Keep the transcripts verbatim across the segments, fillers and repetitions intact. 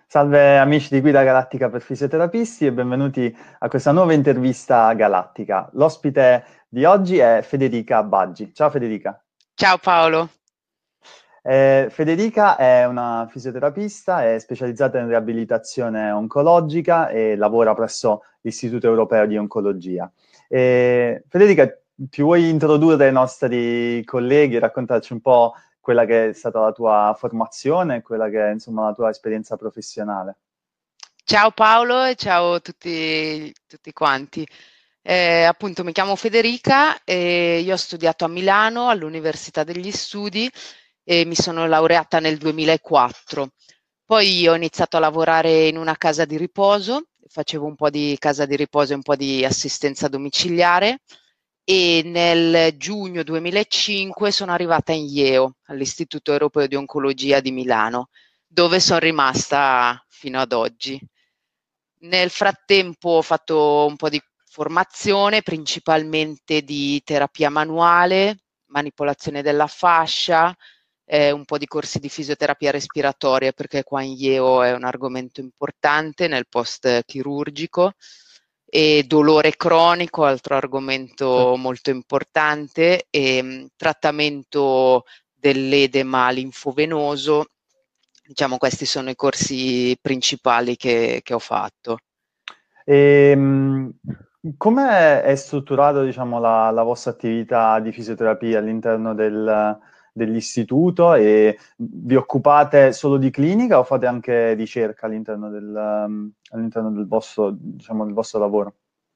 Salve amici di Guida Galattica per Fisioterapisti e benvenuti a questa nuova intervista galattica. L'ospite di oggi è Federica Baggi. Ciao Federica. Ciao Paolo. Eh, Federica è una fisioterapista, è specializzata in riabilitazione oncologica e lavora presso l'Istituto Europeo di Oncologia. Eh, Federica, ti vuoi introdurre ai nostri colleghi e raccontarci un po' quella che è stata la tua formazione, quella che è insomma la tua esperienza professionale? Ciao Paolo e ciao a tutti, tutti quanti. Eh, appunto mi chiamo Federica e io ho studiato a Milano all'Università degli Studi e mi sono laureata nel duemilaquattro. Poi ho iniziato a lavorare in una casa di riposo, facevo un po' di casa di riposo e un po' di assistenza domiciliare e nel giugno duemilacinque sono arrivata in I E O, all'Istituto Europeo di Oncologia di Milano, dove sono rimasta fino ad oggi. Nel frattempo ho fatto un po' di formazione, principalmente di terapia manuale, manipolazione della fascia, eh, un po' di corsi di fisioterapia respiratoria, perché qua in I E O è un argomento importante nel post chirurgico, e dolore cronico, altro argomento Certo. molto importante, e mh, trattamento dell'edema linfovenoso. Diciamo, questi sono i corsi principali che, che ho fatto. E, mh, come è strutturato, diciamo, la, la vostra attività di fisioterapia all'interno del- dell'istituto? E vi occupate solo di clinica o fate anche ricerca all'interno del, um, all'interno del vostro, diciamo, del vostro lavoro?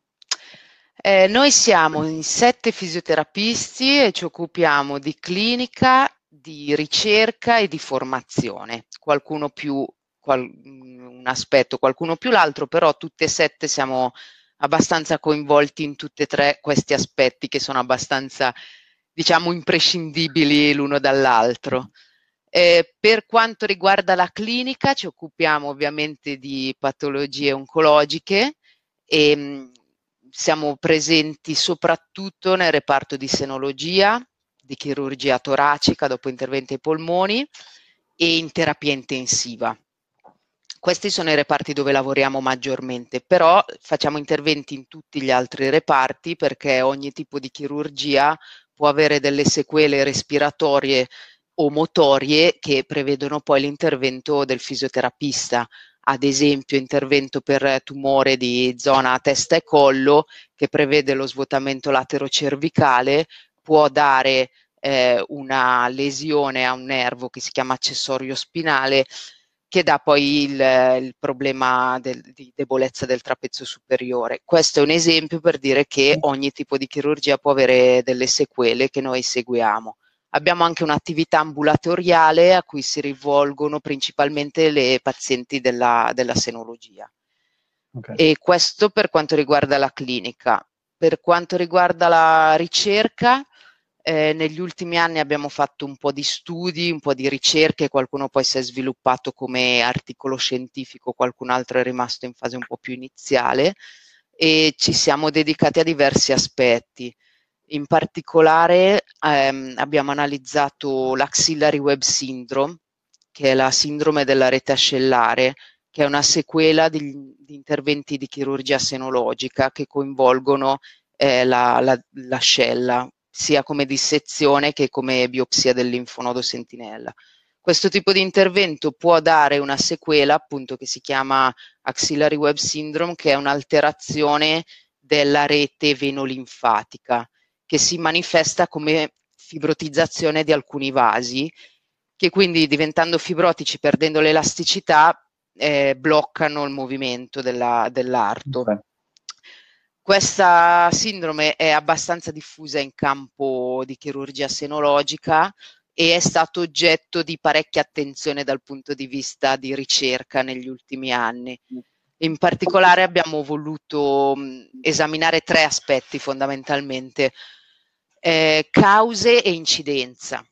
Eh, noi siamo in sette fisioterapisti e ci occupiamo di clinica, di ricerca e di formazione. Qualcuno più qual- un aspetto, qualcuno più l'altro, però tutte e sette siamo abbastanza coinvolti in tutti e tre questi aspetti che sono abbastanza, diciamo, imprescindibili l'uno dall'altro. Eh, per quanto riguarda la clinica, ci occupiamo ovviamente di patologie oncologiche e mh, siamo presenti soprattutto nel reparto di senologia, di chirurgia toracica dopo interventi ai polmoni e in terapia intensiva. Questi sono i reparti dove lavoriamo maggiormente, però facciamo interventi in tutti gli altri reparti perché ogni tipo di chirurgia può avere delle sequele respiratorie o motorie che prevedono poi l'intervento del fisioterapista. Ad esempio, intervento per tumore di zona testa e collo che prevede lo svuotamento latero-cervicale, può dare eh, una lesione a un nervo che si chiama accessorio spinale, che dà poi il, il problema del, di debolezza del trapezio superiore. Questo è un esempio per dire che ogni tipo di chirurgia può avere delle sequele che noi seguiamo. Abbiamo anche un'attività ambulatoriale a cui si rivolgono principalmente le pazienti della, della senologia. Ok. E questo per quanto riguarda la clinica. Per quanto riguarda la ricerca, eh, negli ultimi anni abbiamo fatto un po' di studi, un po' di ricerche, qualcuno poi si è sviluppato come articolo scientifico, qualcun altro è rimasto in fase un po' più iniziale e ci siamo dedicati a diversi aspetti. In particolare ehm, abbiamo analizzato l'Axillary Web Syndrome, che è la sindrome della rete ascellare, che è una sequela di, di interventi di chirurgia senologica che coinvolgono eh, la, la, l'ascella, sia come dissezione che come biopsia del linfonodo sentinella. Questo tipo di intervento può dare una sequela, appunto, che si chiama Axillary Web Syndrome, che è un'alterazione della rete venolinfatica, che si manifesta come fibrotizzazione di alcuni vasi, che quindi diventando fibrotici, perdendo l'elasticità, eh, bloccano il movimento della, dell'arto. Ok. Questa sindrome è abbastanza diffusa in campo di chirurgia senologica e è stato oggetto di parecchia attenzione dal punto di vista di ricerca negli ultimi anni. In particolare abbiamo voluto mh, esaminare tre aspetti fondamentalmente: eh, cause e incidenza.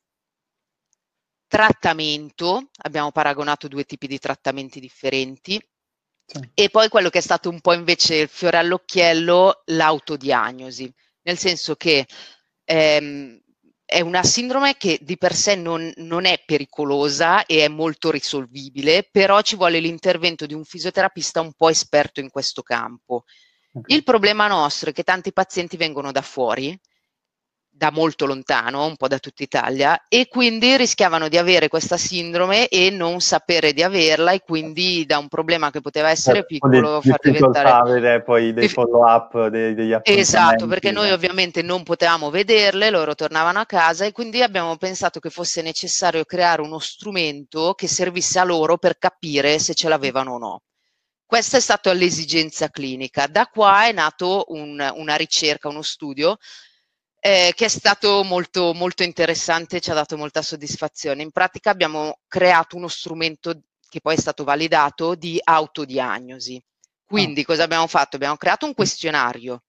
Trattamento, abbiamo paragonato due tipi di trattamenti differenti, Sì. e poi quello che è stato un po' invece il fiore all'occhiello, l'autodiagnosi, nel senso che ehm, è una sindrome che di per sé non, non è pericolosa e è molto risolvibile, però ci vuole l'intervento di un fisioterapista un po' esperto in questo campo. Okay. Il problema nostro è che tanti pazienti vengono da fuori, da molto lontano, un po' da tutta Italia, e quindi rischiavano di avere questa sindrome e non sapere di averla, e quindi da un problema che poteva essere Un po' di piccolo far diventare... difficoltà avere poi dei follow up, de degli Esatto, appuntamenti. perché noi ovviamente non potevamo vederle, loro tornavano a casa e quindi abbiamo pensato che fosse necessario creare uno strumento che servisse a loro per capire se ce l'avevano o no. Questa è stata l'esigenza clinica. Da qua è nato un, una ricerca, uno studio eh, che è stato molto, molto interessante e ci ha dato molta soddisfazione. In pratica abbiamo creato uno strumento che poi è stato validato di autodiagnosi. Quindi Ah. cosa abbiamo fatto? Abbiamo creato un questionario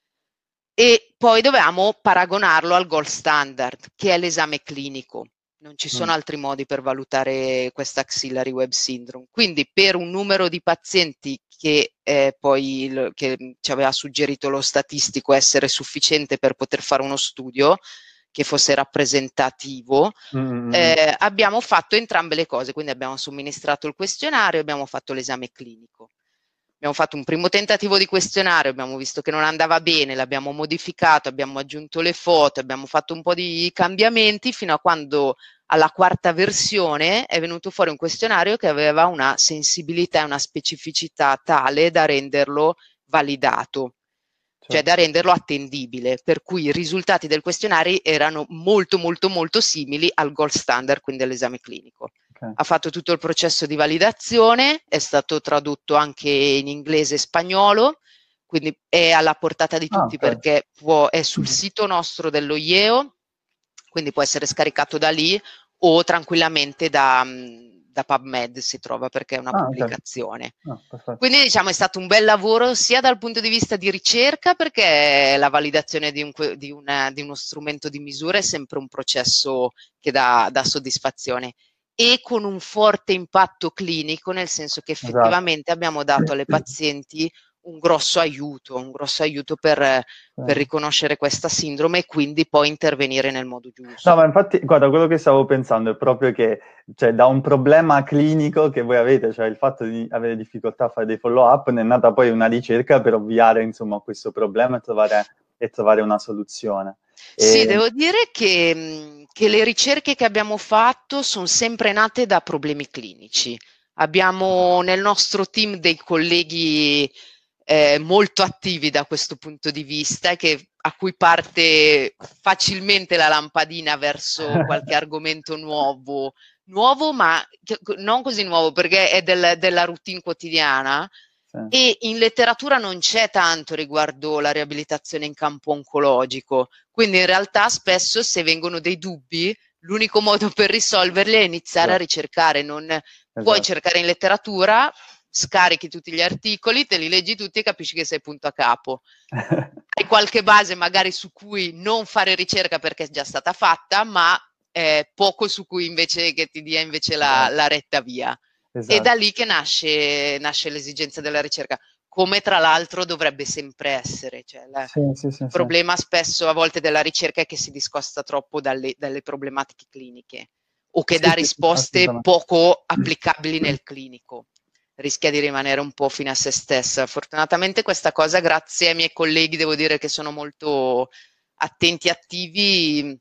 e poi dovevamo paragonarlo al gold standard, che è l'esame clinico. Non ci sono Mm. altri modi per valutare questa axillary web syndrome. Quindi per un numero di pazienti che eh, poi il, che ci aveva suggerito lo statistico essere sufficiente per poter fare uno studio che fosse rappresentativo, Mm-hmm. eh, abbiamo fatto entrambe le cose. Quindi abbiamo somministrato il questionario e abbiamo fatto l'esame clinico. Abbiamo fatto un primo tentativo di questionario, abbiamo visto che non andava bene, l'abbiamo modificato, abbiamo aggiunto le foto, abbiamo fatto un po' di cambiamenti fino a quando alla quarta versione è venuto fuori un questionario che aveva una sensibilità e una specificità tale da renderlo validato, cioè Certo. da renderlo attendibile, per cui i risultati del questionario erano molto molto molto simili al gold standard, quindi all'esame clinico. Okay. Ha fatto tutto il processo di validazione, è stato tradotto anche in inglese e spagnolo, quindi è alla portata di Ah, tutti okay. perché può, è sul sito nostro dello I E O, quindi può essere scaricato da lì o tranquillamente da, da PubMed si trova perché è una Ah, okay. pubblicazione. Ah, perfetto. Quindi diciamo è stato un bel lavoro sia dal punto di vista di ricerca, perché la validazione di, un, di, una, di uno strumento di misura è sempre un processo che dà, dà soddisfazione, e con un forte impatto clinico, nel senso che effettivamente Esatto. abbiamo dato alle pazienti un grosso aiuto, un grosso aiuto per, per riconoscere questa sindrome e quindi poi intervenire nel modo giusto. No, ma infatti, guarda, quello che stavo pensando è proprio che, cioè, da un problema clinico che voi avete, cioè il fatto di avere difficoltà a fare dei follow-up, ne è nata poi una ricerca per ovviare, insomma, a questo problema e trovare, e trovare una soluzione. Sì, E... devo dire che, che le ricerche che abbiamo fatto sono sempre nate da problemi clinici. Abbiamo nel nostro team dei colleghi eh, molto attivi da questo punto di vista, che, a cui parte facilmente la lampadina verso qualche argomento nuovo, nuovo ma che, non così nuovo perché è del, della routine quotidiana. Sì. E in letteratura non c'è tanto riguardo la riabilitazione in campo oncologico, quindi in realtà spesso se vengono dei dubbi l'unico modo per risolverli è iniziare esatto. a ricercare, non esatto. puoi cercare in letteratura, scarichi tutti gli articoli, te li leggi tutti e capisci che sei punto a capo. Hai qualche base magari su cui non fare ricerca perché è già stata fatta, ma eh, poco su cui invece che ti dia invece la, esatto. la retta via. Esatto. E da lì che nasce, nasce l'esigenza della ricerca, come tra l'altro dovrebbe sempre essere. Cioè, la, sì, sì, sì, il sì. problema spesso a volte della ricerca è che si discosta troppo dalle, dalle problematiche cliniche o che sì, dà risposte sì, poco applicabili nel clinico. Rischia di rimanere un po' fine a se stessa. Fortunatamente questa cosa, grazie ai miei colleghi, devo dire che sono molto attenti e attivi,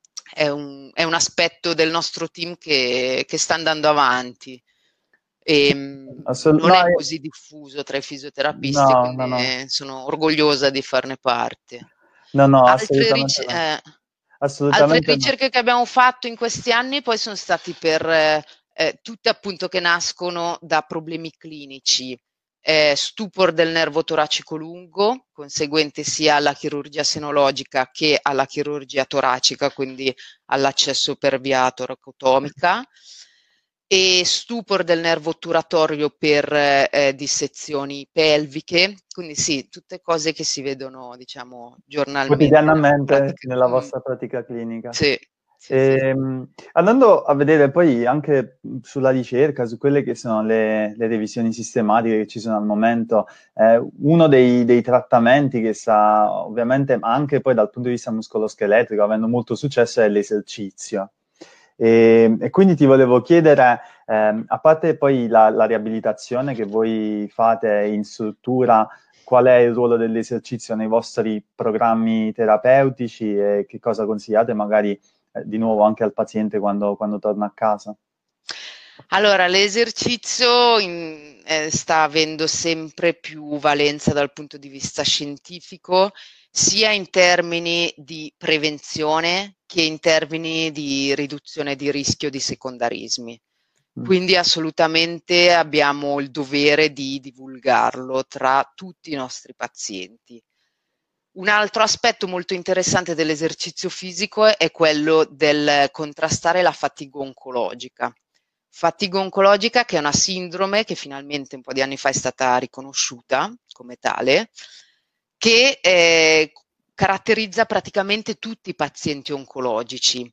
è un, è un aspetto del nostro team che, che sta andando avanti. E Assolut- non no, è così diffuso tra i fisioterapisti, no, quindi no, no. sono orgogliosa di farne parte. No, no, altre, assolutamente ric- no. eh, assolutamente altre ricerche no. che abbiamo fatto in questi anni poi sono stati per eh, eh, tutte appunto che nascono da problemi clinici, eh, stupor del nervo toracico lungo, conseguente sia alla chirurgia senologica che alla chirurgia toracica, quindi all'accesso per via toracotomica, e stupor del nervo otturatorio per eh, dissezioni pelviche, quindi sì, tutte cose che si vedono, diciamo, giornalmente quotidianamente nella, pratica. nella vostra pratica clinica. Sì. sì, sì. Ehm, andando a vedere poi anche sulla ricerca, su quelle che sono le, le revisioni sistematiche che ci sono al momento, eh, uno dei, dei trattamenti che sta ovviamente anche poi dal punto di vista muscoloscheletrico avendo molto successo è l'esercizio. E, e quindi ti volevo chiedere, ehm, a parte poi la, la riabilitazione che voi fate in struttura, qual è il ruolo dell'esercizio nei vostri programmi terapeutici e che cosa consigliate magari eh, di nuovo anche al paziente quando, quando torna a casa? Allora, l'esercizio in- eh, sta avendo sempre più valenza dal punto di vista scientifico, sia in termini di prevenzione che in termini di riduzione di rischio di secondarismi. Mm. Quindi assolutamente abbiamo il dovere di divulgarlo tra tutti i nostri pazienti. Un altro aspetto molto interessante dell'esercizio fisico è quello del contrastare la fatiga oncologica. Fatiga oncologica che è una sindrome che finalmente un po' di anni fa è stata riconosciuta come tale, che eh, caratterizza praticamente tutti i pazienti oncologici.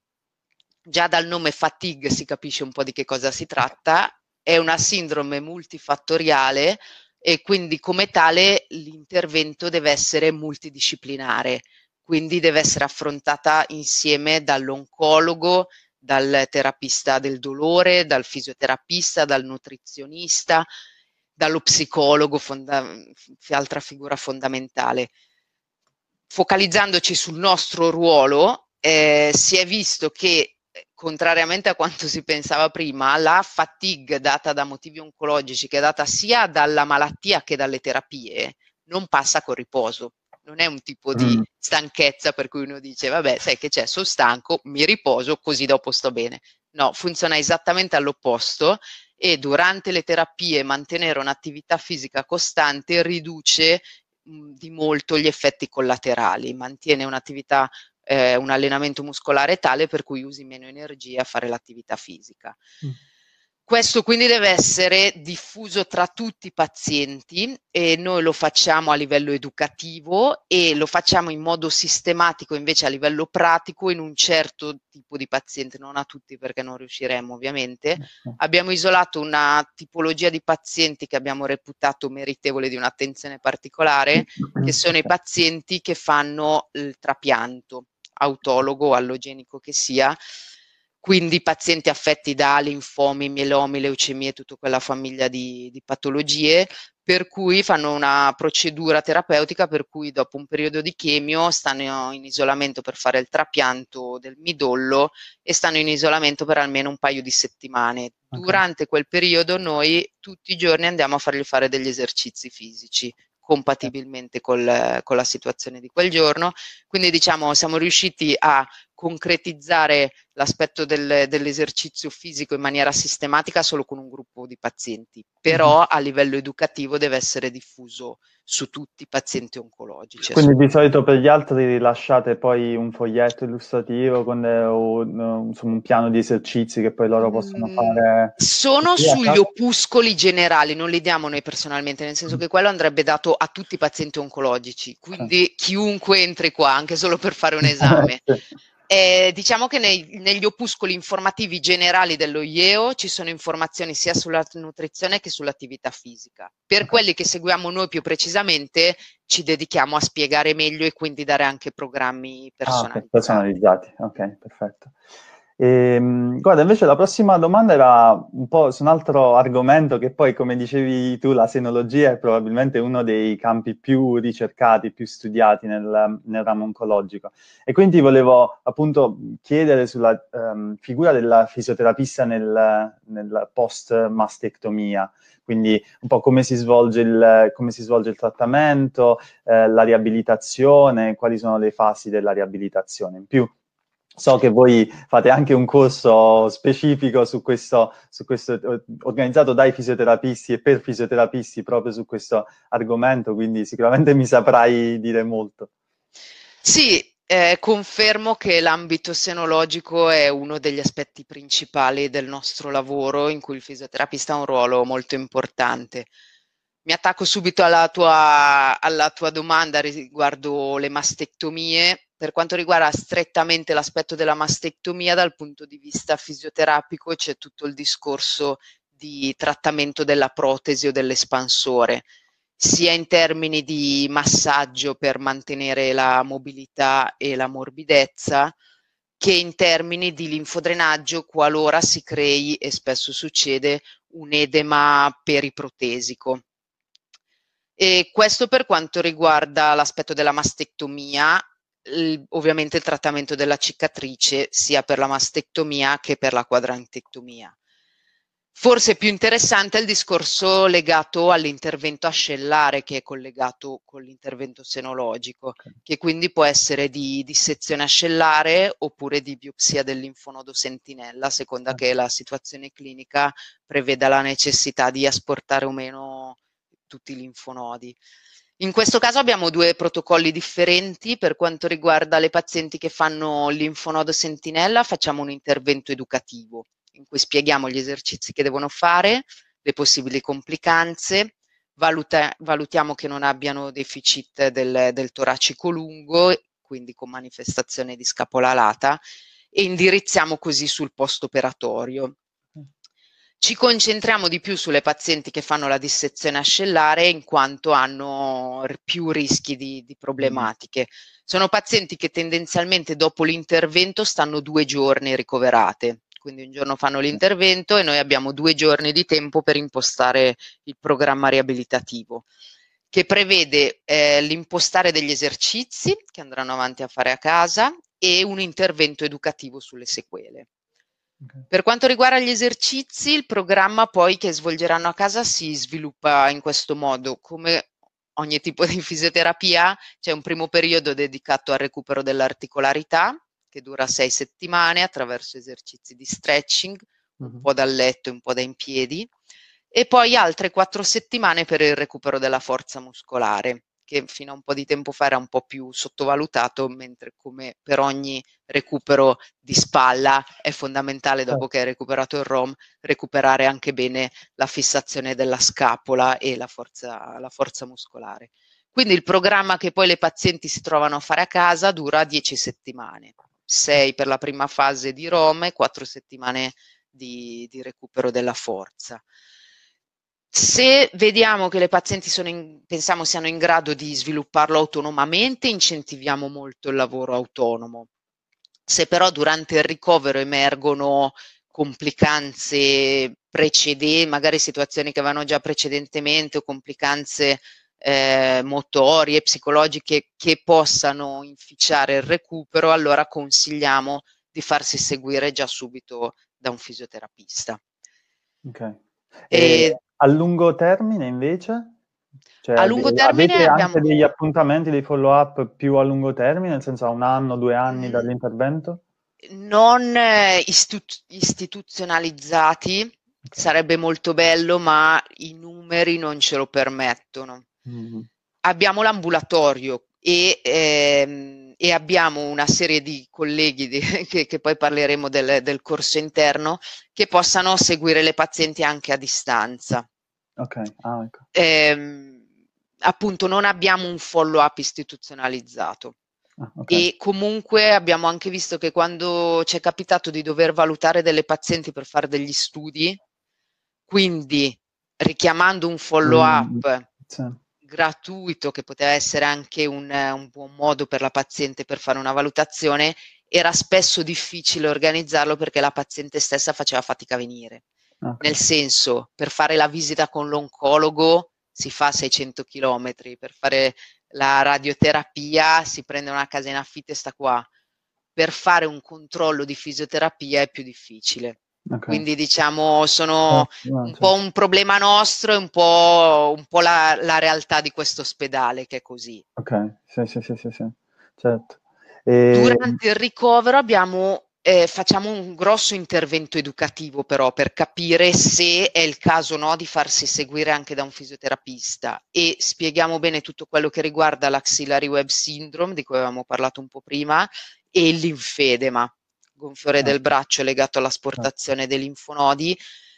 Già dal nome fatigue si capisce un po' di che cosa si tratta, è una sindrome multifattoriale e quindi come tale l'intervento deve essere multidisciplinare, quindi deve essere affrontata insieme dall'oncologo, dal terapista del dolore, dal fisioterapista, dal nutrizionista, dallo psicologo, fonda- altra figura fondamentale. Focalizzandoci sul nostro ruolo, eh, si è visto che, contrariamente a quanto si pensava prima, la fatigue data da motivi oncologici, che è data sia dalla malattia che dalle terapie, non passa col riposo. Non è un tipo di Mm. stanchezza per cui uno dice, vabbè, sai che c'è, sono stanco, mi riposo, così dopo sto bene. No, funziona esattamente all'opposto e durante le terapie mantenere un'attività fisica costante riduce mh, di molto gli effetti collaterali, mantiene un'attività, eh, un allenamento muscolare tale per cui usi meno energia a fare l'attività fisica. Mm. Questo quindi deve essere diffuso tra tutti i pazienti e noi lo facciamo a livello educativo e lo facciamo in modo sistematico invece a livello pratico in un certo tipo di paziente, non a tutti perché non riusciremo ovviamente. Abbiamo isolato una tipologia di pazienti che abbiamo reputato meritevole di un'attenzione particolare, che sono i pazienti che fanno il trapianto autologo o allogenico che sia, quindi pazienti affetti da linfomi, mielomi, leucemie, tutta quella famiglia di, di patologie, per cui fanno una procedura terapeutica per cui dopo un periodo di chemio stanno in isolamento per fare il trapianto del midollo e stanno in isolamento per almeno un paio di settimane. Ok. Durante quel periodo noi tutti i giorni andiamo a fargli fare degli esercizi fisici compatibilmente col, con la situazione di quel giorno. Quindi diciamo siamo riusciti a concretizzare l'aspetto del, dell'esercizio fisico in maniera sistematica solo con un gruppo di pazienti, però a livello educativo deve essere diffuso su tutti i pazienti oncologici. Quindi di solito per gli altri rilasciate poi un foglietto illustrativo con eh, un, insomma, un piano di esercizi che poi loro possono Mm, fare sono così a sugli casa? opuscoli generali, non li diamo noi personalmente, nel senso che quello andrebbe dato a tutti i pazienti oncologici, quindi chiunque entri qua, anche solo per fare un esame. Sì. Eh, diciamo che nei- negli opuscoli informativi generali dello I E O ci sono informazioni sia sulla nutrizione che sull'attività fisica. Per Ok. quelli che seguiamo noi più precisamente ci dedichiamo a spiegare meglio e quindi dare anche programmi Ah, ok, personalizzati. personalizzati, ok, perfetto. Ehm, guarda, invece la prossima domanda era un po' su un altro argomento che poi, come dicevi tu, la senologia è probabilmente uno dei campi più ricercati, più studiati nel, nel ramo oncologico. E quindi volevo appunto chiedere sulla ehm, figura della fisioterapista nel, nel post-mastectomia, quindi un po' come si svolge il, come si svolge il trattamento, eh, la riabilitazione, quali sono le fasi della riabilitazione. In più, so che voi fate anche un corso specifico su questo, su questo eh, organizzato dai fisioterapisti e per fisioterapisti proprio su questo argomento, quindi sicuramente mi saprai dire molto. Sì, eh, confermo che l'ambito senologico è uno degli aspetti principali del nostro lavoro in cui il fisioterapista ha un ruolo molto importante. Mi attacco subito alla tua, alla tua domanda riguardo le mastectomie. per quanto riguarda strettamente l'aspetto della mastectomia, dal punto di vista fisioterapico c'è tutto il discorso di trattamento della protesi o dell'espansore, sia in termini di massaggio per mantenere la mobilità e la morbidezza, che in termini di linfodrenaggio qualora si crei, e spesso succede, un edema periprotesico. E questo per quanto riguarda l'aspetto della mastectomia, il, ovviamente il trattamento della cicatrice sia per la mastectomia che per la quadrantectomia. Forse più interessante è il discorso legato all'intervento ascellare, che è collegato con l'intervento senologico, okay, che quindi può essere di dissezione ascellare oppure di biopsia del linfonodo sentinella, a seconda okay. che la situazione clinica preveda la necessità di asportare o meno tutti i linfonodi. In questo caso abbiamo due protocolli differenti. Per quanto riguarda le pazienti che fanno il linfonodo sentinella, facciamo un intervento educativo in cui spieghiamo gli esercizi che devono fare, le possibili complicanze, valuta, valutiamo che non abbiano deficit del, del toracico lungo, quindi con manifestazione di scapola alata, e indirizziamo così sul post-operatorio. Ci concentriamo di più sulle pazienti che fanno la dissezione ascellare, in quanto hanno più rischi di, di problematiche. Sono pazienti che tendenzialmente dopo l'intervento stanno due giorni ricoverate. Quindi un giorno fanno l'intervento e noi abbiamo due giorni di tempo per impostare il programma riabilitativo, che prevede eh, l'impostare degli esercizi che andranno avanti a fare a casa e un intervento educativo sulle sequele. Okay. Per quanto riguarda gli esercizi, il programma poi che svolgeranno a casa si sviluppa in questo modo. Come ogni tipo di fisioterapia, c'è un primo periodo dedicato al recupero dell'articolarità, che dura sei settimane attraverso esercizi di stretching, un uh-huh. po' dal letto e un po' da in piedi, e poi altre quattro settimane per il recupero della forza muscolare, che fino a un po' di tempo fa era un po' più sottovalutato, mentre come per ogni recupero di spalla è fondamentale, dopo che hai recuperato il R O M, recuperare anche bene la fissazione della scapola e la forza, la forza muscolare. Quindi il programma che poi le pazienti si trovano a fare a casa dura dieci settimane. sei per la prima fase di R O M e quattro settimane di, di recupero della forza. Se vediamo che le pazienti sono in, pensiamo siano in grado di svilupparlo autonomamente, incentiviamo molto il lavoro autonomo. Se però durante il ricovero emergono complicanze precedenti, magari situazioni che avevano già precedentemente o complicanze Eh, motorie, psicologiche che possano inficiare il recupero, allora consigliamo di farsi seguire già subito da un fisioterapista. Ok. E e a lungo termine invece? Cioè, a lungo termine avete abbiamo anche degli appuntamenti, dei follow up più a lungo termine, nel senso a un anno, due anni mm. dall'intervento? Non eh, istu- istituzionalizzati, okay. Sarebbe molto bello, ma i numeri non ce lo permettono. Mm-hmm. Abbiamo l'ambulatorio e, ehm, e abbiamo una serie di colleghi di, che, che poi parleremo del, del corso interno, che possano seguire le pazienti anche a distanza. Ok, ah, ecco. Ehm, appunto non abbiamo un follow up istituzionalizzato. Ah, okay. E comunque abbiamo anche visto che quando ci è capitato di dover valutare delle pazienti per fare degli studi, quindi richiamando un follow up mm, sì. gratuito, che poteva essere anche un, un buon modo per la paziente per fare una valutazione, era spesso difficile organizzarlo perché la paziente stessa faceva fatica a venire. Okay. Nel senso, per fare la visita con l'oncologo si fa seicento chilometri, per fare la radioterapia si prende una casa in affitto e sta qua. Per fare un controllo di fisioterapia è più difficile. Okay. Quindi diciamo sono oh, no, un certo. po' un problema nostro e un po', un po' la, la realtà di questo ospedale che è così. Ok, sì, sì, sì, sì, sì. Certo. E... Durante il ricovero abbiamo Eh, facciamo un grosso intervento educativo però per capire se è il caso o no di farsi seguire anche da un fisioterapista, e spieghiamo bene tutto quello che riguarda l'axillary web syndrome, di cui avevamo parlato un po' prima, e il linfedema, gonfiore ah. del braccio legato all'asportazione ah. dei linfonodi,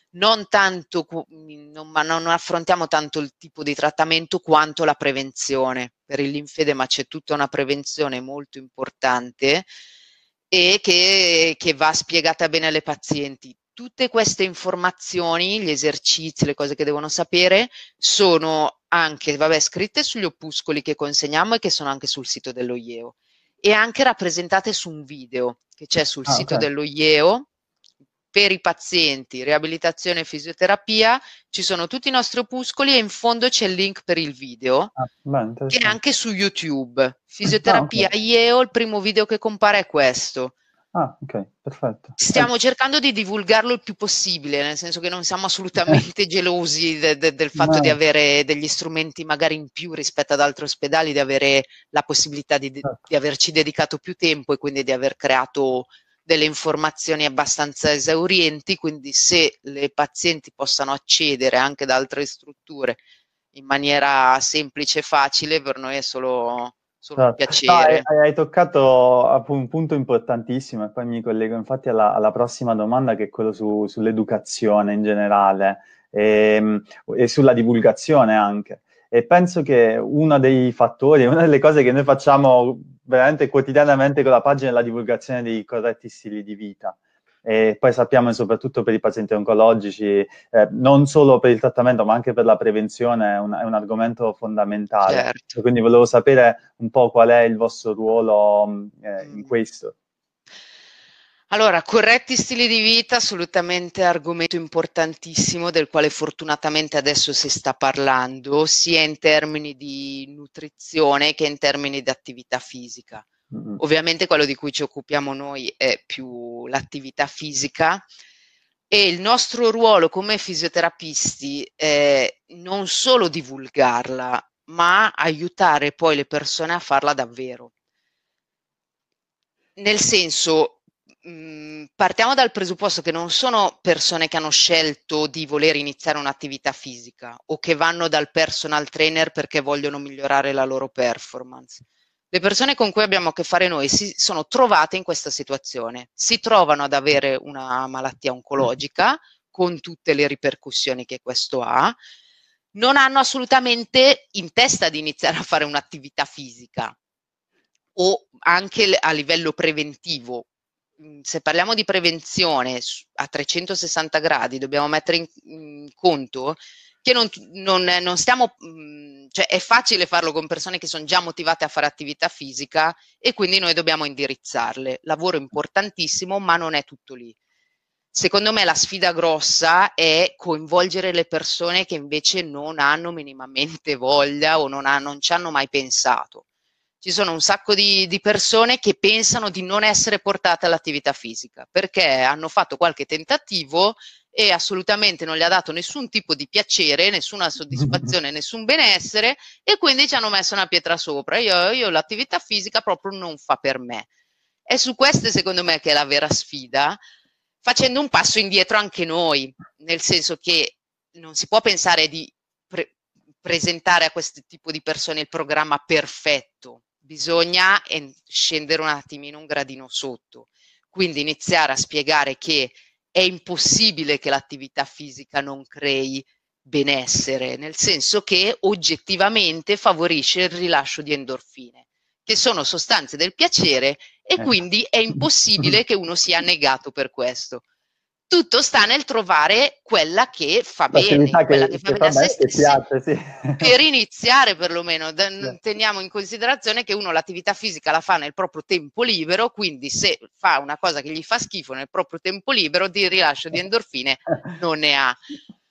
non tanto, non, ma non affrontiamo tanto il tipo di trattamento quanto la prevenzione. Per il linfedema c'è tutta una prevenzione molto importante e che, che va spiegata bene alle pazienti. Tutte queste informazioni, gli esercizi, le cose che devono sapere, sono anche, vabbè, scritte sugli opuscoli che consegniamo e che sono anche sul sito dello I E O, e anche rappresentate su un video che c'è sul Ah, sito ok. dello I E O per i pazienti, riabilitazione e fisioterapia. Ci sono tutti i nostri opuscoli e in fondo c'è il link per il video, Ah, beh, che è interessante. anche su YouTube. Ah, ok. Fisioterapia I E O, il primo video che compare è questo. Ah, ok, perfetto. Eh, Stiamo cercando di divulgarlo il più possibile, nel senso che non siamo assolutamente gelosi de, de, del fatto di no, avere degli strumenti magari in più rispetto ad altri ospedali, di avere la possibilità di, certo. di averci dedicato più tempo e quindi di aver creato delle informazioni abbastanza esaurienti. Quindi se le pazienti possano accedere anche da altre strutture in maniera semplice e facile, per noi è solo, solo un Certo. No, hai, piacere. hai toccato appunto un punto importantissimo e poi mi collego infatti alla, alla prossima domanda, che è quello su- sull'educazione in generale e, e sulla divulgazione anche. E penso che uno dei fattori, una delle cose che noi facciamo veramente quotidianamente con la pagina è la divulgazione dei corretti stili di vita. E poi sappiamo, soprattutto per i pazienti oncologici, eh, non solo per il trattamento, ma anche per la prevenzione, è un, è un argomento fondamentale. Certo. Quindi volevo sapere un po' qual è il vostro ruolo mh, eh, in Mm. questo. Allora, corretti stili di vita, assolutamente argomento importantissimo del quale fortunatamente adesso si sta parlando, sia in termini di nutrizione che in termini di attività fisica. Mm, Ovviamente quello di cui ci occupiamo noi è più l'attività fisica, e il nostro ruolo come fisioterapisti è non solo divulgarla, ma aiutare poi le persone a farla davvero. Nel senso, mh, partiamo dal presupposto che non sono persone che hanno scelto di voler iniziare un'attività fisica o che vanno dal personal trainer perché vogliono migliorare la loro performance. Le persone con cui abbiamo a che fare noi si sono trovate in questa situazione, si trovano ad avere una malattia oncologica con tutte le ripercussioni che questo ha, non hanno assolutamente in testa di iniziare a fare un'attività fisica, o anche a livello preventivo. Se parliamo di prevenzione a trecentosessanta gradi, dobbiamo mettere in, in conto che non, non, non stiamo, cioè è facile farlo con persone che sono già motivate a fare attività fisica e quindi noi dobbiamo indirizzarle. Lavoro importantissimo, ma non è tutto lì. Secondo me la sfida grossa è coinvolgere le persone che invece non hanno minimamente voglia o non, ha, non ci hanno mai pensato. Ci sono un sacco di, di persone che pensano di non essere portate all'attività fisica perché hanno fatto qualche tentativo e assolutamente non gli ha dato nessun tipo di piacere, nessuna mm. soddisfazione, nessun benessere, e quindi ci hanno messo una pietra sopra. Io, io l'attività fisica proprio non fa per me. È su queste, secondo me, che è la vera sfida, facendo un passo indietro anche noi, nel senso che non si può pensare di pre- presentare a questo tipo di persone il programma perfetto, bisogna scendere un attimino un gradino sotto, quindi iniziare a spiegare che è impossibile che l'attività fisica non crei benessere, nel senso che oggettivamente favorisce il rilascio di endorfine, che sono sostanze del piacere, e Ecco. quindi è impossibile che uno sia negato per questo. Tutto sta nel trovare quella che fa bene, L'attività quella che che, fa che bene fa a se me, che stessi, piace, sì. per iniziare perlomeno. Sì. Teniamo in considerazione che uno l'attività fisica la fa nel proprio tempo libero, quindi se fa una cosa che gli fa schifo nel proprio tempo libero, di rilascio di endorfine non ne ha.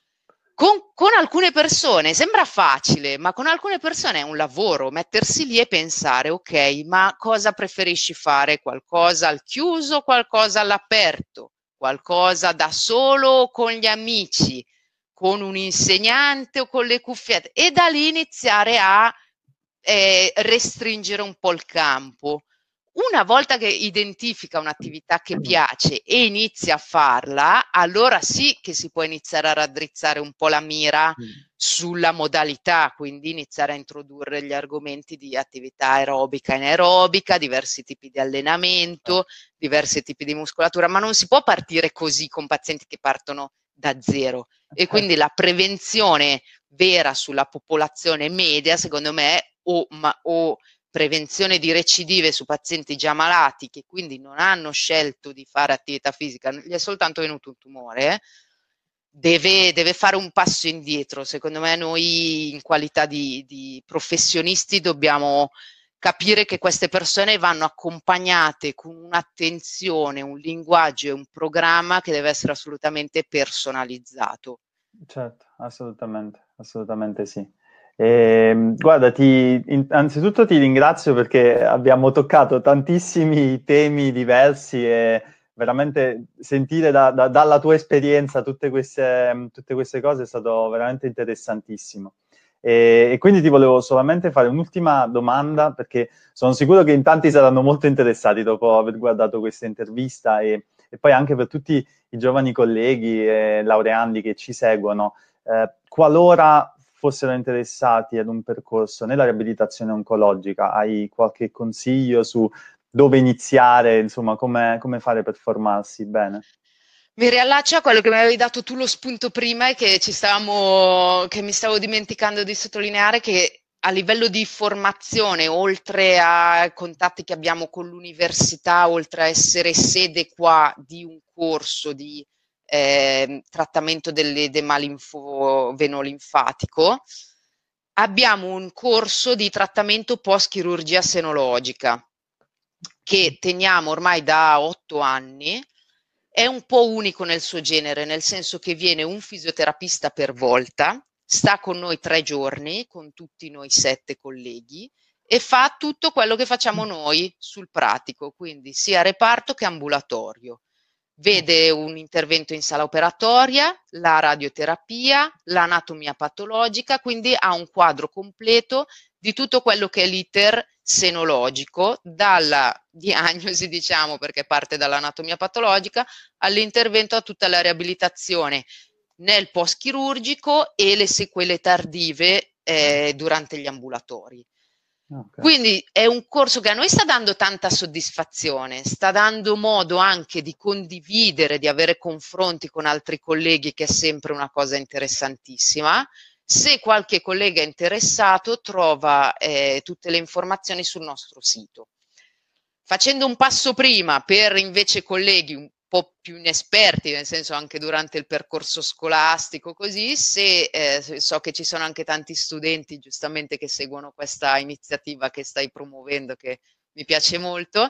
Con, con alcune persone sembra facile, ma con alcune persone è un lavoro mettersi lì e pensare: ok, ma cosa preferisci fare? Qualcosa al chiuso, qualcosa all'aperto, qualcosa da solo o con gli amici, con un insegnante o con le cuffiette, e da lì iniziare a eh, restringere un po' il campo. Una volta che identifica un'attività che piace e inizia a farla, allora sì che si può iniziare a raddrizzare un po' la mira sulla modalità, quindi iniziare a introdurre gli argomenti di attività aerobica e anaerobica, diversi tipi di allenamento, diversi tipi di muscolatura, ma non si può partire così con pazienti che partono da zero. E certo. quindi la prevenzione vera sulla popolazione media, secondo me, o, ma, o prevenzione di recidive su pazienti già malati che quindi non hanno scelto di fare attività fisica, gli è soltanto venuto un tumore, deve, deve fare un passo indietro. Secondo me noi in qualità di, di professionisti dobbiamo capire che queste persone vanno accompagnate con un'attenzione, un linguaggio e un programma che deve essere assolutamente personalizzato. Certo, assolutamente, assolutamente sì. E, guarda, ti, in, anzitutto ti ringrazio perché abbiamo toccato tantissimi temi diversi e veramente sentire da, da, dalla tua esperienza tutte queste, tutte queste cose è stato veramente interessantissimo. E, e quindi ti volevo solamente fare un'ultima domanda perché sono sicuro che in tanti saranno molto interessati dopo aver guardato questa intervista e, e poi anche per tutti i giovani colleghi e laureandi che ci seguono, eh, qualora fossero interessati ad un percorso nella riabilitazione oncologica, hai qualche consiglio su dove iniziare, insomma, come, come fare per formarsi bene? Mi riallaccio a quello che mi avevi dato tu lo spunto prima e che ci stavamo, che mi stavo dimenticando di sottolineare, che a livello di formazione, oltre ai contatti che abbiamo con l'università, oltre a essere sede qua di un corso di eh, trattamento dell'edema linfo- venolinfatico, abbiamo un corso di trattamento post chirurgia senologica che teniamo ormai da otto anni. È un po' unico nel suo genere, nel senso che viene un fisioterapista per volta, sta con noi tre giorni, con tutti noi sette colleghi, e fa tutto quello che facciamo noi sul pratico, quindi sia reparto che ambulatorio. Vede un intervento in sala operatoria, la radioterapia, l'anatomia patologica, quindi ha un quadro completo di tutto quello che è l'iter senologico, dalla diagnosi, diciamo, perché parte dall'anatomia patologica, all'intervento a tutta la riabilitazione nel post chirurgico e le sequele tardive eh, durante gli ambulatori. Okay. Quindi è un corso che a noi sta dando tanta soddisfazione, sta dando modo anche di condividere, di avere confronti con altri colleghi, che è sempre una cosa interessantissima. Se qualche collega è interessato, trova eh, tutte le informazioni sul nostro sito. Facendo un passo prima per invece colleghi un po' più inesperti, nel senso anche durante il percorso scolastico, così, se eh, so che ci sono anche tanti studenti giustamente che seguono questa iniziativa che stai promuovendo, che mi piace molto,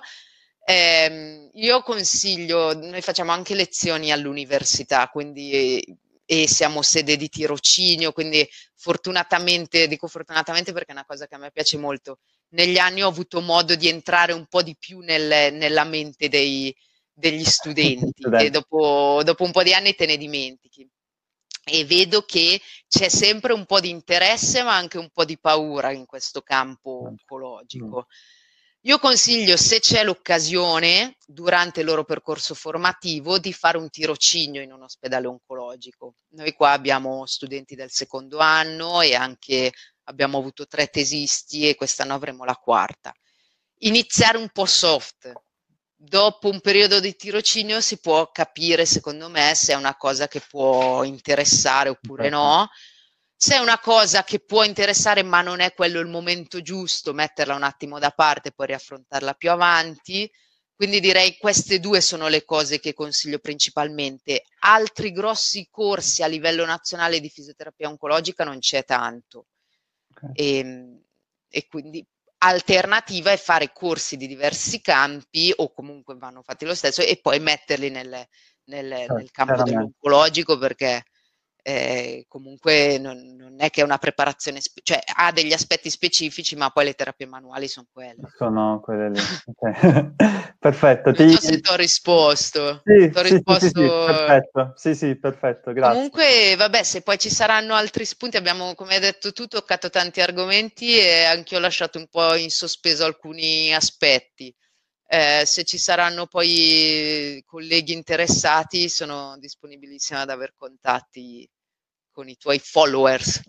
ehm, io consiglio, noi facciamo anche lezioni all'università, quindi e siamo sede di tirocinio, quindi fortunatamente, dico fortunatamente perché è una cosa che a me piace molto, negli anni ho avuto modo di entrare un po' di più nel, nella mente dei, degli studenti, che dopo, dopo un po' di anni te ne dimentichi. E vedo che c'è sempre un po' di interesse, ma anche un po' di paura in questo campo oncologico. Io consiglio, se c'è l'occasione, durante il loro percorso formativo, di fare un tirocinio in un ospedale oncologico. Noi qua abbiamo studenti del secondo anno e anche abbiamo avuto tre tesisti e quest'anno avremo la quarta. Iniziare un po' soft. Dopo un periodo di tirocinio si può capire, secondo me, se è una cosa che può interessare oppure no. Se è una cosa che può interessare ma non è quello il momento giusto, metterla un attimo da parte e poi riaffrontarla più avanti. Quindi direi queste due sono le cose che consiglio principalmente. Altri grossi corsi a livello nazionale di fisioterapia oncologica non c'è tanto. Okay. E, e quindi alternativa è fare corsi di diversi campi, o comunque vanno fatti lo stesso, e poi metterli nel, nel, certo, nel campo dell'oncologico, perché eh, comunque non, non è che è una preparazione, cioè ha degli aspetti specifici, ma poi le terapie manuali sono quelle. Sono quelle lì. Okay. Perfetto. Non so se ti ho risposto. Sì, T'ho sì, risposto... sì, sì, perfetto. Sì, sì, perfetto, grazie. Comunque, vabbè, se poi ci saranno altri spunti, abbiamo, come hai detto tu, toccato tanti argomenti e anche io ho lasciato un po' in sospeso alcuni aspetti. Eh, se ci saranno poi colleghi interessati, sono disponibilissima ad aver contatti con i tuoi followers.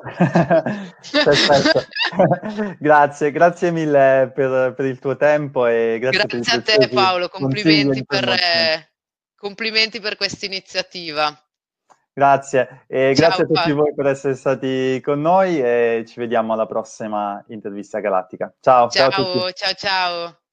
Perfetto. Grazie, grazie mille per, per il tuo tempo e grazie, grazie per a te Paolo, complimenti per, eh, complimenti per questa iniziativa. Grazie, e grazie Ciao a tutti Paolo. voi per essere stati con noi e ci vediamo alla prossima intervista galattica. Ciao, ciao a tutti. Ciao, ciao, ciao.